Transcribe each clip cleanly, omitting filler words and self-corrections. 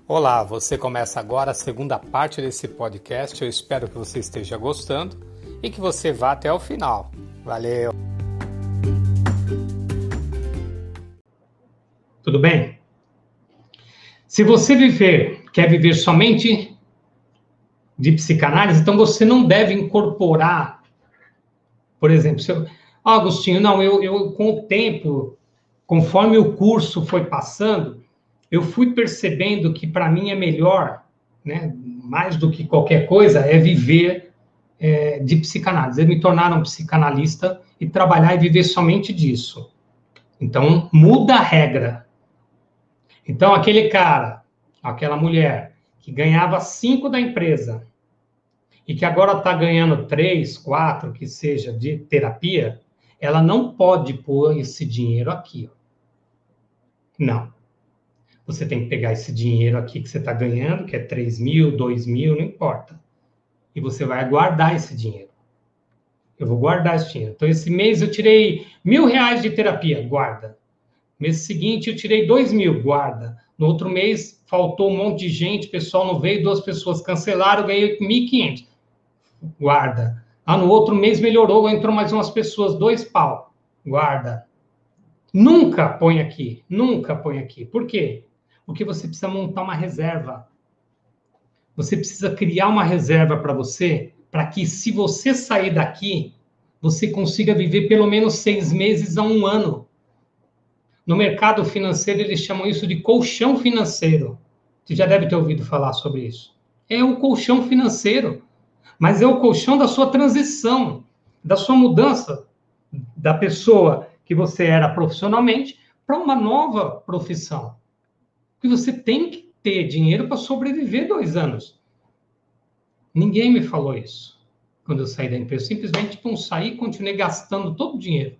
Olá, você começa agora a segunda parte desse podcast. Eu espero que você esteja gostando e que você vá até o final. Valeu! Tudo bem? Se você quer viver somente de psicanálise, então você não deve incorporar, por exemplo, Agostinho, não, eu com o tempo, conforme o curso foi passando, eu fui percebendo que para mim é melhor, né, mais do que qualquer coisa, é viver de psicanálise. Eles me tornaram psicanalista e trabalhar e viver somente disso. Então, muda a regra. Então, aquele cara, aquela mulher, que ganhava 5 da empresa e que agora está ganhando 3, 4, que seja, de terapia, ela não pode pôr esse dinheiro aqui. Não. Você tem que pegar esse dinheiro aqui que você está ganhando, que é 3 mil, 2 mil, não importa. E você vai guardar esse dinheiro. Eu vou guardar esse dinheiro. Então, esse mês eu tirei R$1.000 de terapia, guarda. Mês seguinte eu tirei 2 mil, guarda. No outro mês faltou um monte de gente, o pessoal não veio, 2 pessoas cancelaram, eu ganhei 1.500, guarda. No outro mês melhorou, entrou mais umas pessoas, 2 pau, guarda. Nunca põe aqui, nunca põe aqui. Por quê? Porque você precisa montar uma reserva. Você precisa criar uma reserva para você, para que se você sair daqui, você consiga viver pelo menos 6 meses a 1 ano. No mercado financeiro, eles chamam isso de colchão financeiro. Você já deve ter ouvido falar sobre isso. É o colchão financeiro, mas é o colchão da sua transição, da sua mudança da pessoa que você era profissionalmente para uma nova profissão. Porque você tem que ter dinheiro para sobreviver 2 anos. Ninguém me falou isso quando eu saí da empresa. Eu simplesmente saí e continuei gastando todo o dinheiro.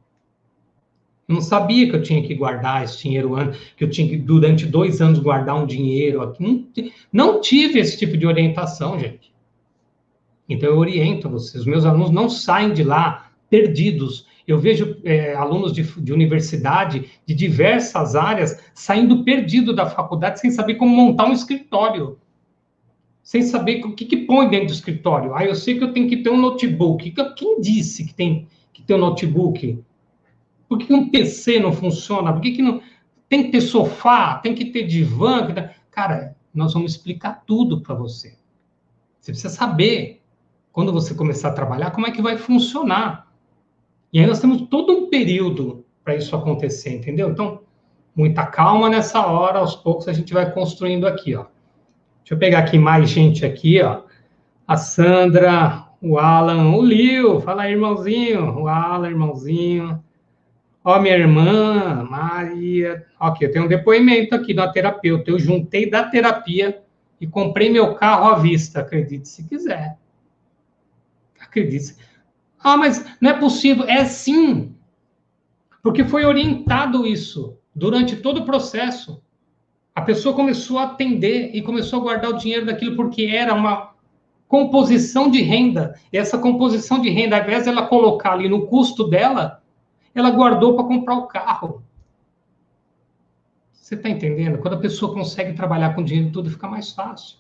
Eu não sabia que eu tinha que guardar esse dinheiro, que eu tinha que, durante 2 anos, guardar um dinheiro aqui. Não tive esse tipo de orientação, gente. Então, eu oriento vocês. Os meus alunos não saem de lá perdidos. Eu vejo alunos de universidade, de diversas áreas, saindo perdido da faculdade sem saber como montar um escritório. Sem saber o que põe dentro do escritório. Eu sei que eu tenho que ter um notebook. Quem disse que tem que ter um notebook? Por que um PC não funciona? Por que não tem que ter sofá? Tem que ter divã? Cara, nós vamos explicar tudo para você. Você precisa saber, quando você começar a trabalhar, como é que vai funcionar. E aí nós temos todo um período para isso acontecer, entendeu? Então, muita calma nessa hora, aos poucos a gente vai construindo aqui, ó. Deixa eu pegar aqui mais gente aqui, ó. A Sandra, o Alan, o Lio, fala aí, irmãozinho. O Alan, irmãozinho. Ó, minha irmã, Maria. Ok, eu tenho um depoimento aqui da terapeuta. Eu juntei da terapia e comprei meu carro à vista. Acredite se quiser. Acredite. Mas não é possível. É sim. Porque foi orientado isso durante todo o processo. A pessoa começou a atender e começou a guardar o dinheiro daquilo porque era uma composição de renda. E essa composição de renda, ao invés de ela colocar ali no custo dela, ela guardou para comprar o carro. Você está entendendo? Quando a pessoa consegue trabalhar com dinheiro, tudo fica mais fácil.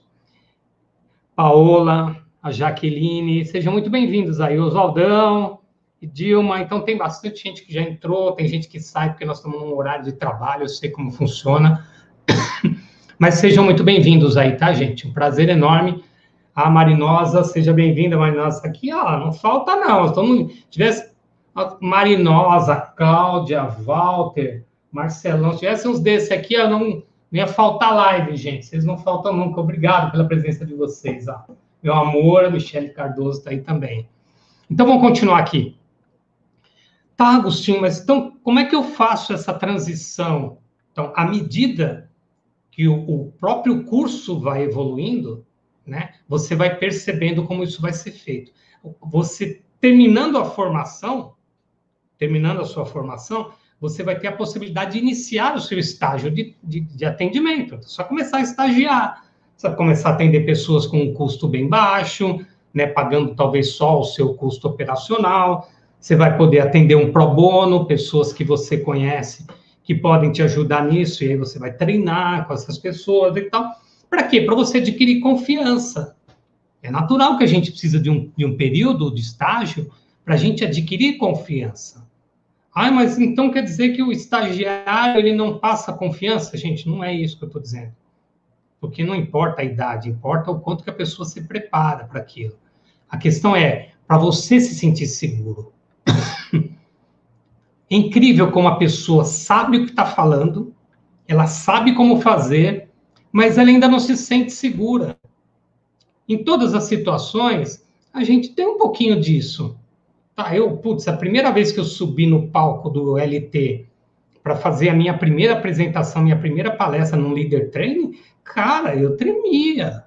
Paola, a Jaqueline, sejam muito bem-vindos aí. Oswaldão e Dilma. Então, tem bastante gente que já entrou, tem gente que sai, porque nós estamos num horário de trabalho, eu sei como funciona. Mas sejam muito bem-vindos aí, tá, gente? Um prazer enorme. A Marinosa, seja bem-vinda, Marinosa. Aqui, ó, não falta não. Se tivesse Marinosa, Cláudia, Walter, Marcelão, se tivesse uns desses aqui, não ia faltar live, gente. Vocês não faltam nunca. Obrigado pela presença de vocês. Ó. Meu amor, a Michele Cardoso está aí também. Então, vamos continuar aqui. Tá, Agostinho, mas então, como é que eu faço essa transição? Então, à medida que o próprio curso vai evoluindo, né, você vai percebendo como isso vai ser feito. Você, terminando a sua formação, você vai ter a possibilidade de iniciar o seu estágio de atendimento. É só começar a estagiar. Você vai começar a atender pessoas com um custo bem baixo, né, pagando talvez só o seu custo operacional. Você vai poder atender um pro bono, pessoas que você conhece, que podem te ajudar nisso, e aí você vai treinar com essas pessoas e tal. Para quê? Para você adquirir confiança. É natural que a gente precisa de um período de estágio para a gente adquirir confiança. Ah, mas então quer dizer que o estagiário ele não passa confiança? Gente, não é isso que eu estou dizendo. Porque não importa a idade, importa o quanto que a pessoa se prepara para aquilo. A questão é, para você se sentir seguro. É incrível como a pessoa sabe o que está falando, ela sabe como fazer, mas ela ainda não se sente segura. Em todas as situações, a gente tem um pouquinho disso. Tá, a primeira vez que eu subi no palco do LT para fazer a minha primeira apresentação, minha primeira palestra no Leader Training, cara, eu tremia.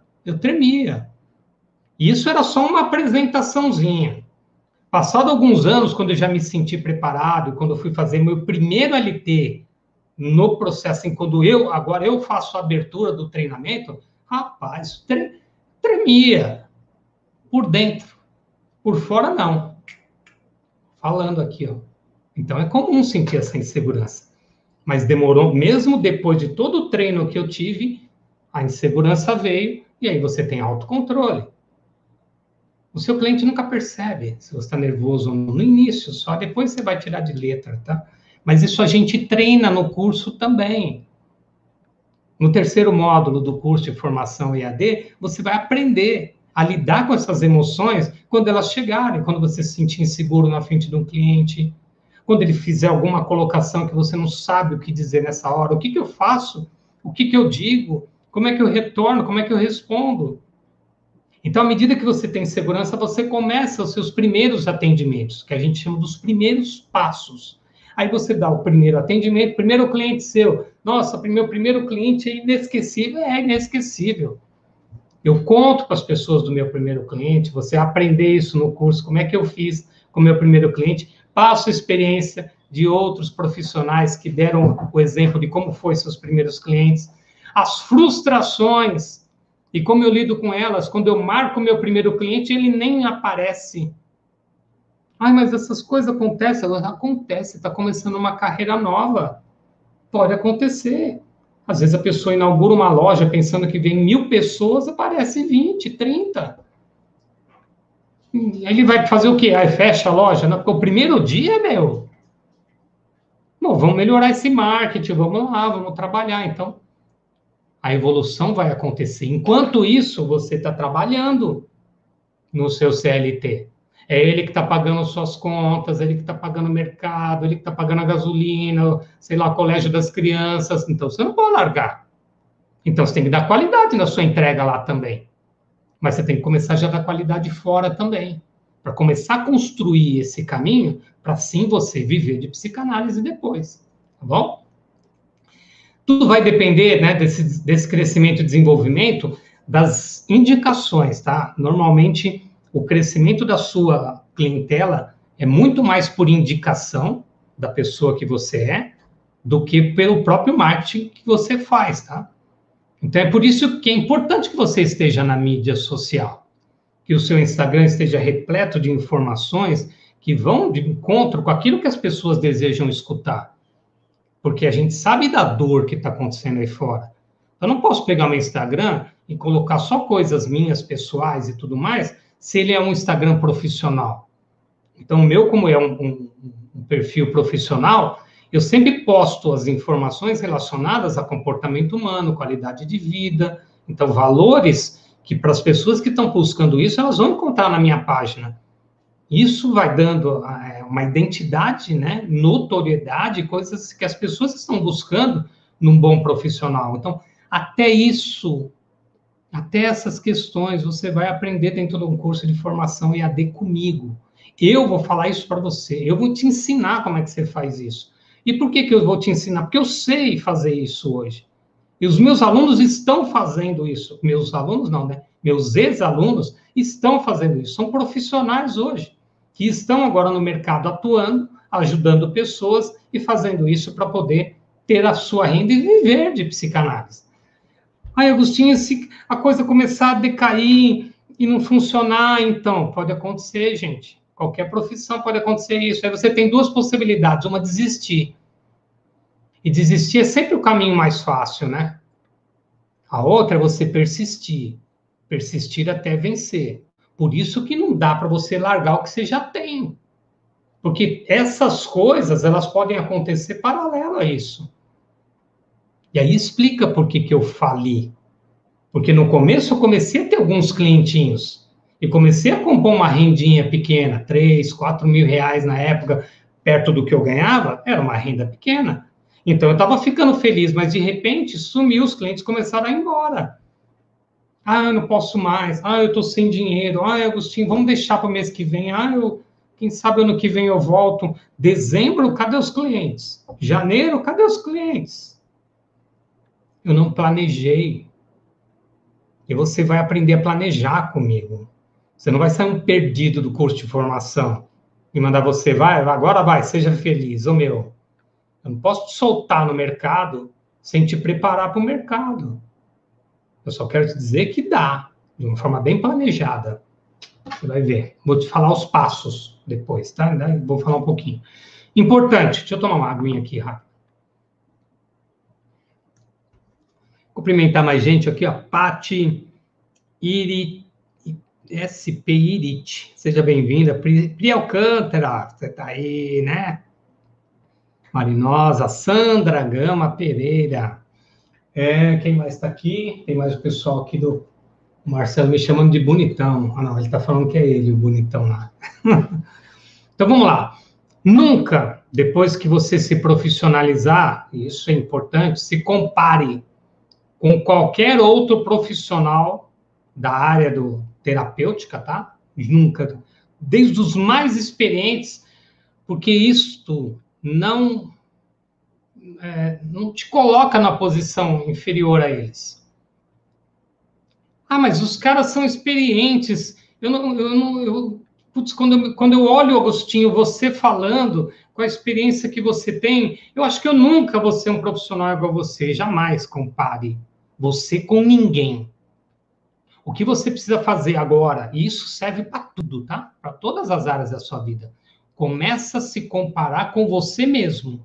E isso era só uma apresentaçãozinha. Passado alguns anos, quando eu já me senti preparado, quando eu fui fazer meu primeiro LT no processo, assim, agora eu faço a abertura do treinamento, rapaz, tremia por dentro, por fora não. Falando aqui, ó. Então é comum sentir essa insegurança. Mas demorou, mesmo depois de todo o treino que eu tive, a insegurança veio e aí você tem autocontrole. O seu cliente nunca percebe se você está nervoso ou não. No início só, depois você vai tirar de letra, tá? Mas isso a gente treina no curso também. No terceiro módulo do curso de formação EAD, você vai aprender a lidar com essas emoções quando elas chegarem, quando você se sentir inseguro na frente de um cliente, quando ele fizer alguma colocação que você não sabe o que dizer nessa hora, o que eu faço, o que eu digo, como é que eu retorno, como é que eu respondo. Então, à medida que você tem segurança, você começa os seus primeiros atendimentos, que a gente chama dos primeiros passos. Aí você dá o primeiro atendimento, primeiro cliente seu. Nossa, meu primeiro cliente é inesquecível. É inesquecível. Eu conto para as pessoas do meu primeiro cliente, você aprender isso no curso, como é que eu fiz com o meu primeiro cliente, passo a experiência de outros profissionais que deram o exemplo de como foi seus primeiros clientes, as frustrações, e como eu lido com elas, quando eu marco o meu primeiro cliente, ele nem aparece. Ai, mas essas coisas acontecem? Elas acontecem, está começando uma carreira nova. Pode acontecer. Às vezes a pessoa inaugura uma loja pensando que vem 1.000 pessoas, aparece 20, 30. Ele vai fazer o quê? Aí fecha a loja? Não, porque o primeiro dia, Bom, vamos melhorar esse marketing, vamos lá, vamos trabalhar. Então, a evolução vai acontecer. Enquanto isso, você está trabalhando no seu CLT. É ele que está pagando suas contas, ele que está pagando o mercado, ele que está pagando a gasolina, sei lá, o colégio das crianças. Então, você não pode largar. Então, você tem que dar qualidade na sua entrega lá também. Mas você tem que começar já a dar qualidade fora também. Para começar a construir esse caminho, para sim você viver de psicanálise depois. Tá bom? Tudo vai depender, né, desse crescimento e desenvolvimento das indicações, tá? Normalmente, o crescimento da sua clientela é muito mais por indicação da pessoa que você é do que pelo próprio marketing que você faz, tá? Então, é por isso que é importante que você esteja na mídia social, que o seu Instagram esteja repleto de informações que vão de encontro com aquilo que as pessoas desejam escutar. Porque a gente sabe da dor que está acontecendo aí fora. Eu não posso pegar meu Instagram e colocar só coisas minhas, pessoais e tudo mais, se ele é um Instagram profissional. Então, o meu, como é um perfil profissional, eu sempre posto as informações relacionadas a comportamento humano, qualidade de vida, então, valores que para as pessoas que estão buscando isso, elas vão encontrar na minha página. Isso vai dando uma identidade, né, notoriedade, coisas que as pessoas estão buscando num bom profissional. Então, até isso, até essas questões, você vai aprender dentro de um curso de formação EAD comigo. Eu vou falar isso para você, eu vou te ensinar como é que você faz isso. E por que eu vou te ensinar? Porque eu sei fazer isso hoje. E os meus alunos estão fazendo isso. Meus alunos não, né? Meus ex-alunos estão fazendo isso. São profissionais hoje, que estão agora no mercado atuando, ajudando pessoas e fazendo isso para poder ter a sua renda e viver de psicanálise. Aí, Agostinho, se a coisa começar a decair e não funcionar, então, pode acontecer, gente. Qualquer profissão pode acontecer isso. Aí você tem duas possibilidades. Uma, desistir. E desistir é sempre o caminho mais fácil, né? A outra é você persistir. Persistir até vencer. Por isso que não dá para você largar o que você já tem. Porque essas coisas, elas podem acontecer paralelo a isso. E aí explica por que eu fali. Porque no começo eu comecei a ter alguns clientinhos. E comecei a compor uma rendinha pequena, 3, 4 mil reais na época, perto do que eu ganhava, era uma renda pequena. Então eu estava ficando feliz, mas de repente sumiu, os clientes começaram a ir embora. Ah, eu não posso mais. Ah, eu estou sem dinheiro. Ah, Agostinho, vamos deixar para o mês que vem. Ah, quem sabe ano que vem eu volto. Dezembro, cadê os clientes? Janeiro, cadê os clientes? Eu não planejei. E você vai aprender a planejar comigo. Você não vai sair um perdido do curso de formação e mandar você, agora vai, seja feliz. Ô meu, eu não posso te soltar no mercado sem te preparar para o mercado. Eu só quero te dizer que dá, de uma forma bem planejada. Você vai ver. Vou te falar os passos depois, tá? Vou falar um pouquinho. Importante, deixa eu tomar uma aguinha aqui rápido. Cumprimentar mais gente aqui, ó. Pati SP Irit. Seja bem-vinda. Pri Alcântara, você tá aí, né? Marinosa, Sandra Gama Pereira. Quem mais está aqui? Tem mais o pessoal aqui do Marcelo me chamando de bonitão. Ah, não, ele está falando que é ele, o bonitão lá. Então, vamos lá. Nunca, depois que você se profissionalizar, e isso é importante, se compare com qualquer outro profissional da área terapêutica, tá? Nunca. Desde os mais experientes, porque isto não te coloca na posição inferior a eles. Ah, mas os caras são experientes. Quando eu olho, Agostinho, você falando, com a experiência que você tem, eu acho que eu nunca vou ser um profissional igual você. Jamais compare você com ninguém. O que você precisa fazer agora, e isso serve para tudo, tá? Para todas as áreas da sua vida. Começa a se comparar com você mesmo.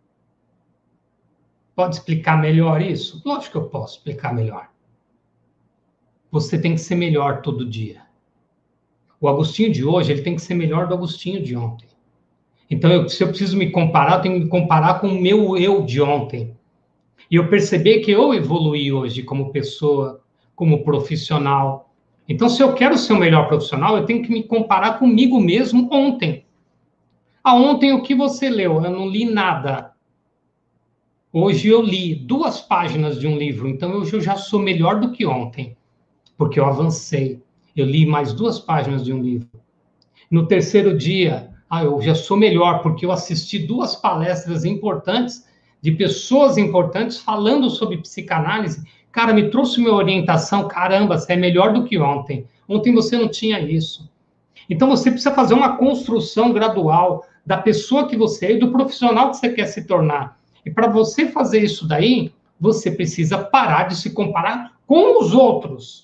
Pode explicar melhor isso? Lógico que eu posso explicar melhor. Você tem que ser melhor todo dia. O Agostinho de hoje, ele tem que ser melhor do Agostinho de ontem. Então, se eu preciso me comparar, eu tenho que me comparar com o meu eu de ontem. E eu perceber que eu evoluí hoje como pessoa, como profissional. Então, se eu quero ser o melhor profissional, eu tenho que me comparar comigo mesmo ontem. Ontem, o que você leu? Eu não li nada. Hoje eu li 2 páginas de um livro, então hoje eu já sou melhor do que ontem, porque eu avancei. Eu li mais 2 páginas de um livro. No terceiro dia, eu já sou melhor, porque eu assisti 2 palestras importantes, de pessoas importantes, falando sobre psicanálise. Cara, me trouxe uma orientação, caramba, você é melhor do que ontem. Ontem você não tinha isso. Então você precisa fazer uma construção gradual da pessoa que você é e do profissional que você quer se tornar. E para você fazer isso daí, você precisa parar de se comparar com os outros.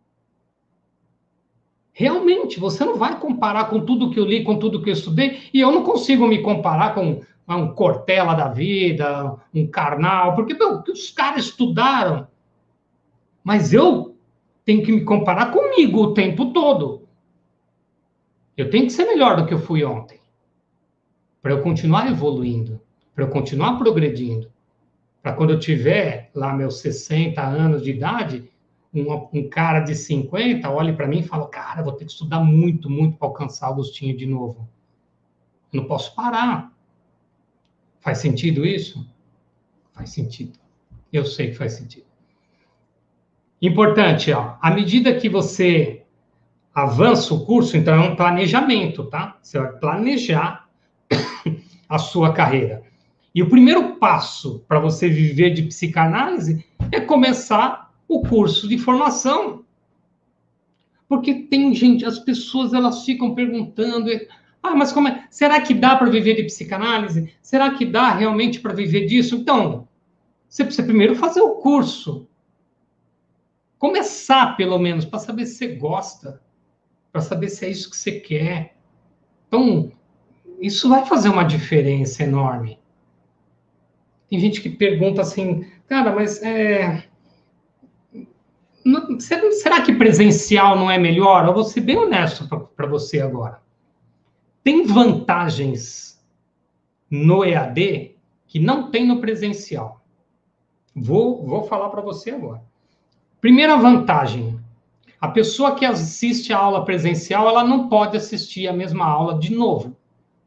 Realmente, você não vai comparar com tudo que eu li, com tudo que eu estudei, e eu não consigo me comparar com um Cortella da vida, um Karnal, porque os caras estudaram. Mas eu tenho que me comparar comigo o tempo todo. Eu tenho que ser melhor do que eu fui ontem, para eu continuar evoluindo, para eu continuar progredindo, para quando eu tiver lá meus 60 anos de idade, um cara de 50 olha para mim e fala, cara, vou ter que estudar muito, muito para alcançar o Agostinho de novo. Eu não posso parar. Faz sentido isso? Faz sentido. Eu sei que faz sentido. Importante, à medida que você avança o curso, então é um planejamento, tá? Você vai planejar a sua carreira. E o primeiro passo para você viver de psicanálise é começar o curso de formação. Porque tem gente, as pessoas elas ficam perguntando, mas como é? Será que dá para viver de psicanálise? Será que dá realmente para viver disso? Então, você precisa primeiro fazer o curso. Começar, pelo menos, para saber se você gosta, para saber se é isso que você quer. Então, isso vai fazer uma diferença enorme. Tem gente que pergunta assim, cara, mas será que presencial não é melhor? Eu vou ser bem honesto para você agora. Tem vantagens no EAD que não tem no presencial. Vou falar para você agora. Primeira vantagem, a pessoa que assiste a aula presencial, ela não pode assistir a mesma aula de novo.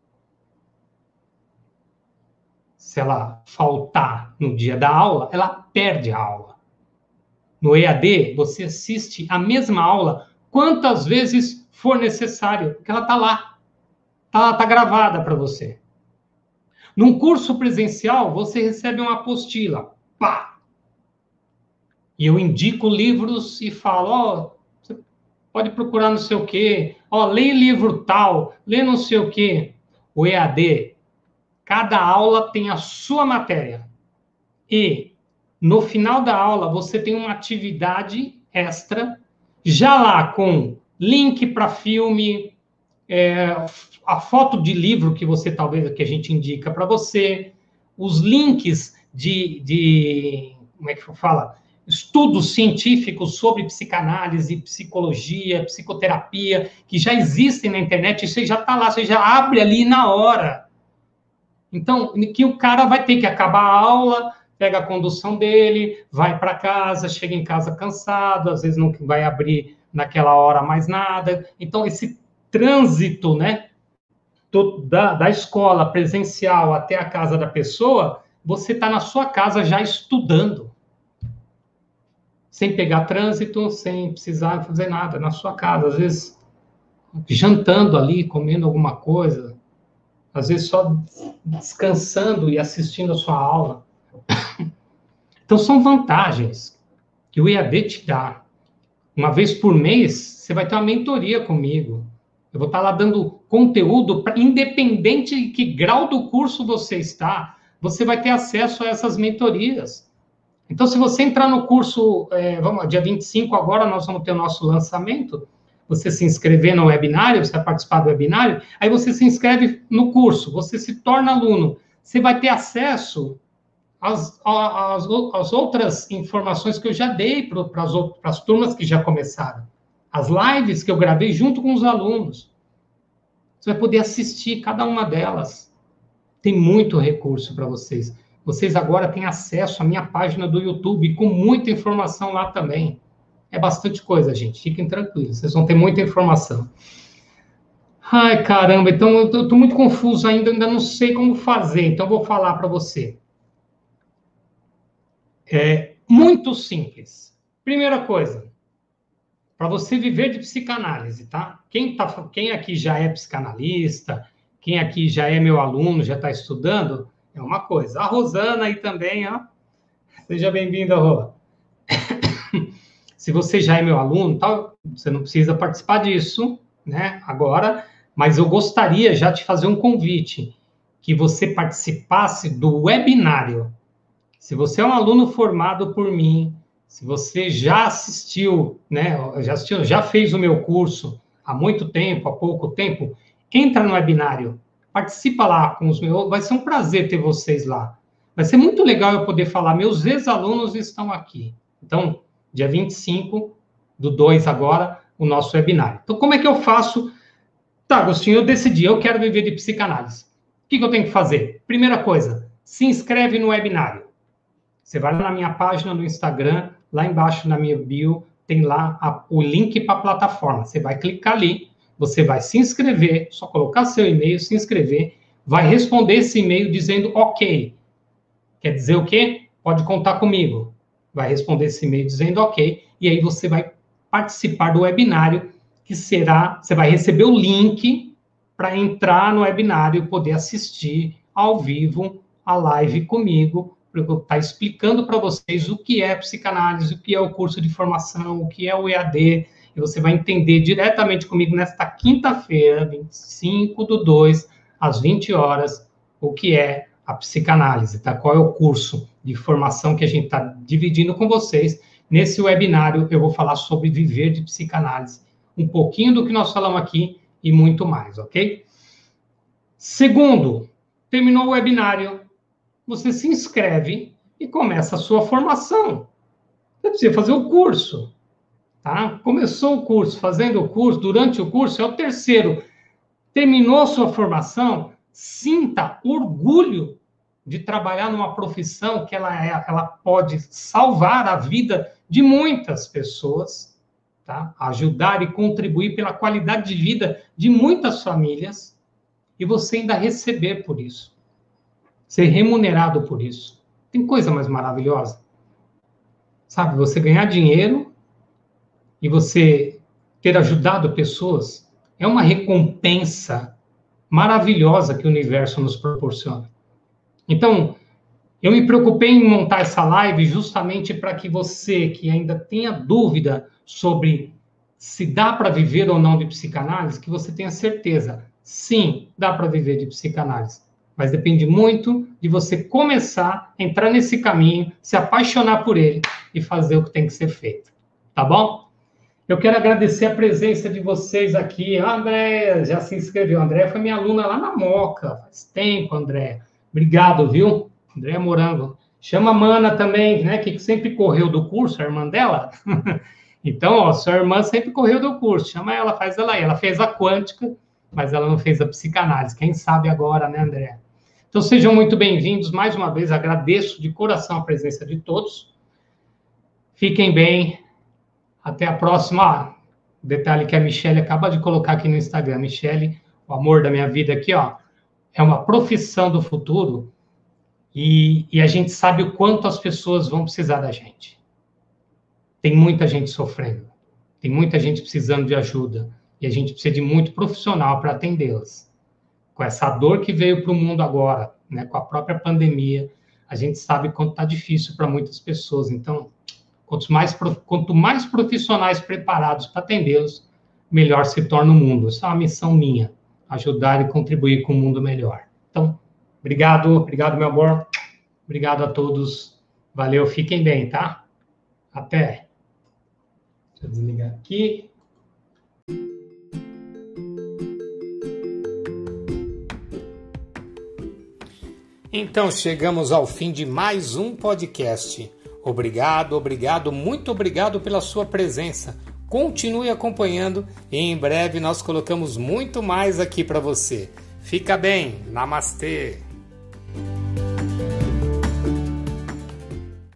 Se ela faltar no dia da aula, ela perde a aula. No EAD, você assiste a mesma aula quantas vezes for necessário, porque ela está lá. Tá gravada para você. Num curso presencial, você recebe uma apostila. Pá! E eu indico livros e falo, ó, você pode procurar não sei o quê, ó, lê livro tal, lê não sei o quê. O EAD, cada aula tem a sua matéria. E no final da aula, você tem uma atividade extra, já lá com link para filme, a foto de livro que você talvez que a gente indica para você, os links de como é que fala? Estudos científicos sobre psicanálise, psicologia, psicoterapia, que já existem na internet, e você já está lá, você já abre ali na hora. Então, que o cara vai ter que acabar a aula, pega a condução dele, vai para casa, chega em casa cansado, às vezes não vai abrir naquela hora mais nada. Então, esse trânsito, né, da escola presencial até a casa da pessoa, você está na sua casa já estudando. Sem pegar trânsito, sem precisar fazer nada, na sua casa. Às vezes, jantando ali, comendo alguma coisa. Às vezes, só descansando e assistindo a sua aula. Então, são vantagens que o EAD te dá. Uma vez por mês, você vai ter uma mentoria comigo. Eu vou estar lá dando conteúdo, independente de que grau do curso você está, você vai ter acesso a essas mentorias. Então, se você entrar no curso, dia 25 agora, nós vamos ter o nosso lançamento, você se inscrever no webinário, você vai participar do webinário, aí você se inscreve no curso, você se torna aluno, você vai ter acesso às outras informações que eu já dei para as turmas que já começaram, as lives que eu gravei junto com os alunos. Você vai poder assistir cada uma delas. Tem muito recurso para vocês. Vocês agora têm acesso à minha página do YouTube, com muita informação lá também. É bastante coisa, gente. Fiquem tranquilos, vocês vão ter muita informação. Ai, caramba, então eu estou muito confuso ainda não sei como fazer, então eu vou falar para você. É muito simples. Primeira coisa, para você viver de psicanálise, tá? Quem aqui já é psicanalista, quem aqui já é meu aluno, já está estudando, é uma coisa. A Rosana aí também, ó. Seja bem-vinda, Rô. Se você já é meu aluno, tá, você não precisa participar disso, né, agora, mas eu gostaria já de fazer um convite, que você participasse do webinário. Se você é um aluno formado por mim, se você já assistiu, né, já fez o meu curso há muito tempo, há pouco tempo, entra no webinário, participa lá com os meus, vai ser um prazer ter vocês lá. Vai ser muito legal eu poder falar, meus ex-alunos estão aqui. Então, dia 25/2 agora, o nosso webinário. Então, como é que eu faço? Tá, Agostinho, eu decidi, eu quero viver de psicanálise. O que eu tenho que fazer? Primeira coisa, se inscreve no webinário. Você vai na minha página no Instagram, lá embaixo na minha bio, tem lá o link para a plataforma. Você vai clicar ali, você vai se inscrever, só colocar seu e-mail, se inscrever, vai responder esse e-mail dizendo ok. Quer dizer o quê? Pode contar comigo. Vai responder esse e-mail dizendo ok, e aí você vai participar do webinário, que será, você vai receber o link para entrar no webinário e poder assistir ao vivo a live comigo, para eu estar explicando para vocês o que é psicanálise, o que é o curso de formação, o que é o EAD, e você vai entender diretamente comigo nesta quinta-feira, 25/2, às 20 horas, o que é a psicanálise, tá? Qual é o curso de formação que a gente está dividindo com vocês. Nesse webinário, eu vou falar sobre viver de psicanálise, um pouquinho do que nós falamos aqui e muito mais, ok? Segundo, terminou o webinário, você se inscreve e começa a sua formação. Você precisa fazer o curso. Tá? Começou o curso, fazendo o curso, durante o curso, é o terceiro. Terminou sua formação, sinta orgulho de trabalhar numa profissão que ela pode salvar a vida de muitas pessoas, tá? Ajudar e contribuir pela qualidade de vida de muitas famílias, e você ainda receber por isso, ser remunerado por isso. Tem coisa mais maravilhosa? Sabe, você ganhar dinheiro e você ter ajudado pessoas é uma recompensa maravilhosa que o universo nos proporciona. Então, eu me preocupei em montar essa live justamente para que você que ainda tenha dúvida sobre se dá para viver ou não de psicanálise, que você tenha certeza. Sim, dá para viver de psicanálise. Mas depende muito de você começar a entrar nesse caminho, se apaixonar por ele e fazer o que tem que ser feito. Tá bom? Eu quero agradecer a presença de vocês aqui. A Andréia já se inscreveu. A Andréia foi minha aluna lá na Moca. Faz tempo, Andréia. Obrigado, viu? Andréia Morango. Chama a Mana também, né? Que sempre correu do curso, a irmã dela. Então, ó, sua irmã sempre correu do curso. Chama ela, faz ela aí. Ela fez a quântica, mas ela não fez a psicanálise. Quem sabe agora, né, Andréia? Então, sejam muito bem-vindos. Mais uma vez, agradeço de coração a presença de todos. Fiquem bem. Até a próxima. Detalhe que a Michelle acaba de colocar aqui no Instagram. Michelle, o amor da minha vida aqui, ó, é uma profissão do futuro e a gente sabe o quanto as pessoas vão precisar da gente. Tem muita gente sofrendo, tem muita gente precisando de ajuda e a gente precisa de muito profissional para atendê-las. Com essa dor que veio para o mundo agora, né, com a própria pandemia, a gente sabe quanto está difícil para muitas pessoas. Então, quanto mais profissionais preparados para atendê-los, melhor se torna o mundo. Essa é uma missão minha, ajudar e contribuir com um mundo melhor. Então, obrigado, meu amor. Obrigado a todos. Valeu, fiquem bem, tá? Até. Deixa eu desligar aqui. Então, chegamos ao fim de mais um podcast. Obrigado, muito obrigado pela sua presença. Continue acompanhando e em breve nós colocamos muito mais aqui para você. Fica bem, namastê!